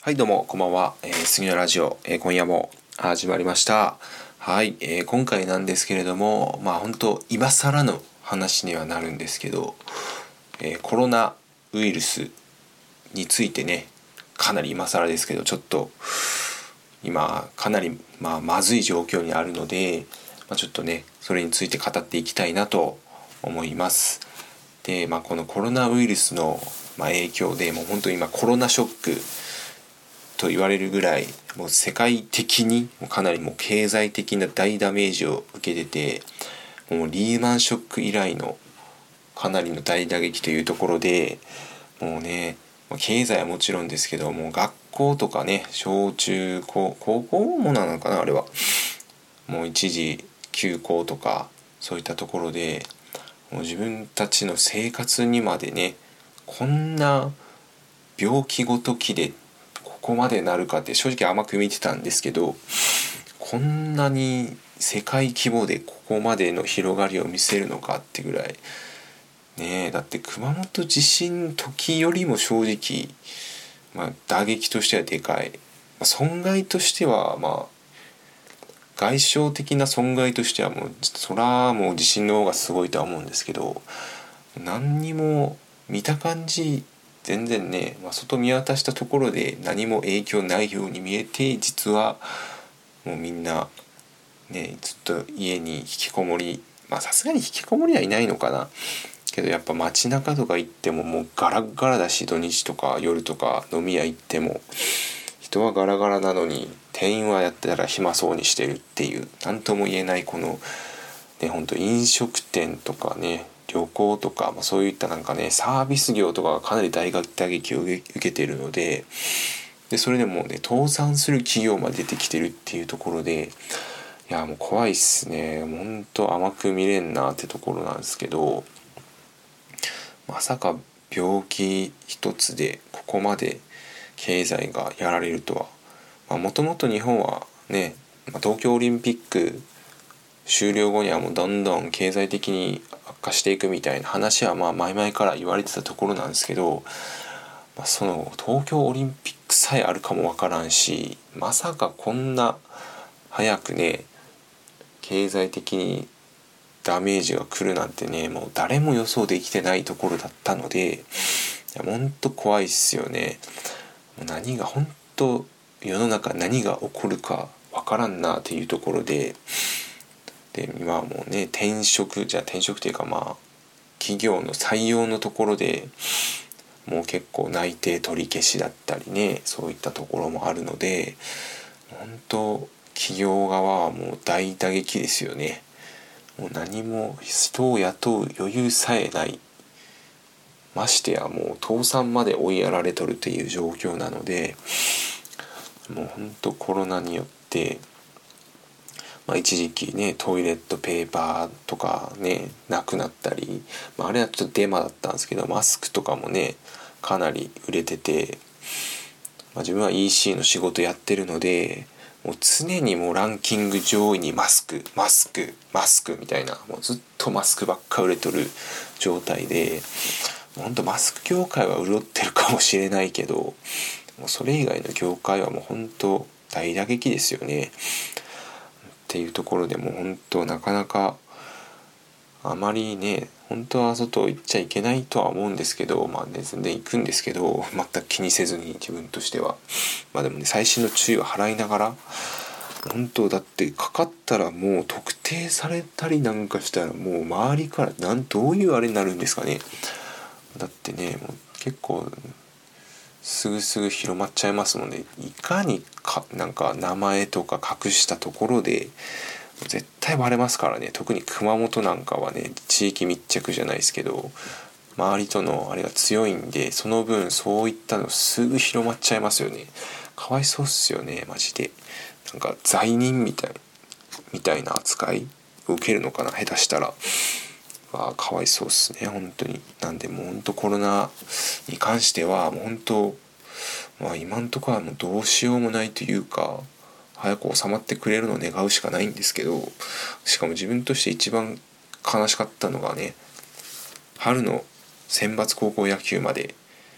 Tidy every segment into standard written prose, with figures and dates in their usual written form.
はい、どうもこんばんは。杉のラジオ、今夜も始まりました。はい、今回なんですけれども、本当今更の話にはなるんですけど、コロナウイルスについてね、かなり今更ですけど、ちょっと今かなりまずい状況にあるので、ちょっとねそれについて語っていきたいなと思います。で、このコロナウイルスの影響でもう本当に今コロナショックと言われるぐらいもう世界的にかなりもう経済的な大ダメージを受けてて、もうリーマンショック以来のかなりの大打撃というところで、もうね経済はもちろんですけど、もう学校とかね、小中高高校もなのかな、あれはもう一時休校とかそういったところで、もう自分たちの生活にまでね、こんな病気ごときでここまでなるかって正直甘く見てたんですけど、こんなに世界規模でここまでの広がりを見せるのかってぐらいね。だって熊本地震時よりも正直、打撃としてはでかい、損害としては外傷的な損害としてはもうそらもう地震の方がすごいとは思うんですけど、何にも見た感じ全然ね、外見渡したところで何も影響ないように見えて、実はもうみんなねずっと家に引きこもり、さすがに引きこもりはいないのかなけど、やっぱ街中とか行ってももうガラガラだし、土日とか夜とか飲み屋行っても人はガラガラなのに店員はやったら暇そうにしてるっていう、何とも言えないこのね、本当飲食店とかね、旅行とか、そういったサービス業とかがかなり大打撃を受けているので、それでもうね倒産する企業まで出てきてるっていうところで、いやもう怖いっすね。もうほんと甘く見れんなってところなんですけど、まさか病気一つでここまで経済がやられるとは。もともと日本はね、東京オリンピック終了後にはもうどんどん経済的に悪化していくみたいな話は前々から言われてたところなんですけど、その東京オリンピックさえあるかもわからんし、まさかこんな早くね経済的にダメージが来るなんてね、もう誰も予想できてないところだったので、ほんと怖いっすよね。何が本当世の中何が起こるかわからんなっていうところで、今はもうね転職というか企業の採用のところでもう結構内定取り消しだったりね、そういったところもあるので、本当企業側はもう大打撃ですよね。もう何も人を雇う余裕さえない、ましてやもう倒産まで追いやられとるっていう状況なので、もう本当コロナによって一時期ねトイレットペーパーとかねなくなったり、あれはちょっとデマだったんですけど、マスクとかもねかなり売れてて、自分は EC の仕事やってるので、もう常にもうランキング上位にマスクみたいな、もうずっとマスクばっか売れとる状態で、ほんとマスク業界は潤ってるかもしれないけど、もうそれ以外の業界はもう本当大打撃ですよねっていうところで、もう本当なかなかあまりね、本当は外行っちゃいけないとは思うんですけど、全然行くんですけど、全く気にせずに自分としては、でもね細心の注意は払いながら、本当だってかかったらもう特定されたりなんかしたら、もう周りからどういうあれになるんですかね。だってねもう結構すぐ広まっちゃいますので、いかに名前とか隠したところで絶対バレますからね。特に熊本なんかはね地域密着じゃないですけど、周りとのあれが強いんで、その分そういったのすぐ広まっちゃいますよね。かわいそうっすよねマジで。罪人みたいな扱いを受けるのかな、下手したら。かわいそうっすね本当に。なんでもう本当コロナに関してはもう本当今んとこはもうどうしようもないというか、早く収まってくれるのを願うしかないんですけど、しかも自分として一番悲しかったのがね、春の選抜高校野球まで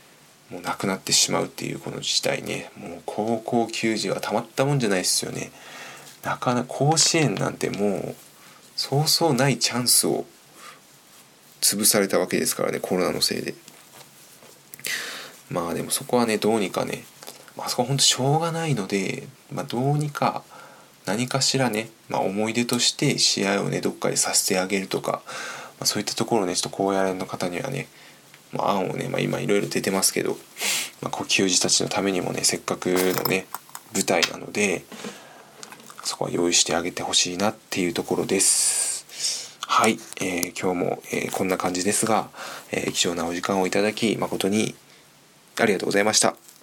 もう亡くなってしまうっていうこの事態ね。もう高校球児はたまったもんじゃないですよね。なかなか甲子園なんてもうそうそうないチャンスを潰されたわけですからね、コロナのせいで。まあでもそこはね、どうにかね、そこは本当しょうがないので、どうにか何かしらね、思い出として試合をねどっかでさせてあげるとか、そういったところをねちょっと高野連の方にはね、案をね、今いろいろ出てますけど、球児たちのためにもね、せっかくのね舞台なので、そこは用意してあげてほしいなっていうところです。はい、今日も、こんな感じですが、貴重なお時間をいただき誠にありがとうございました。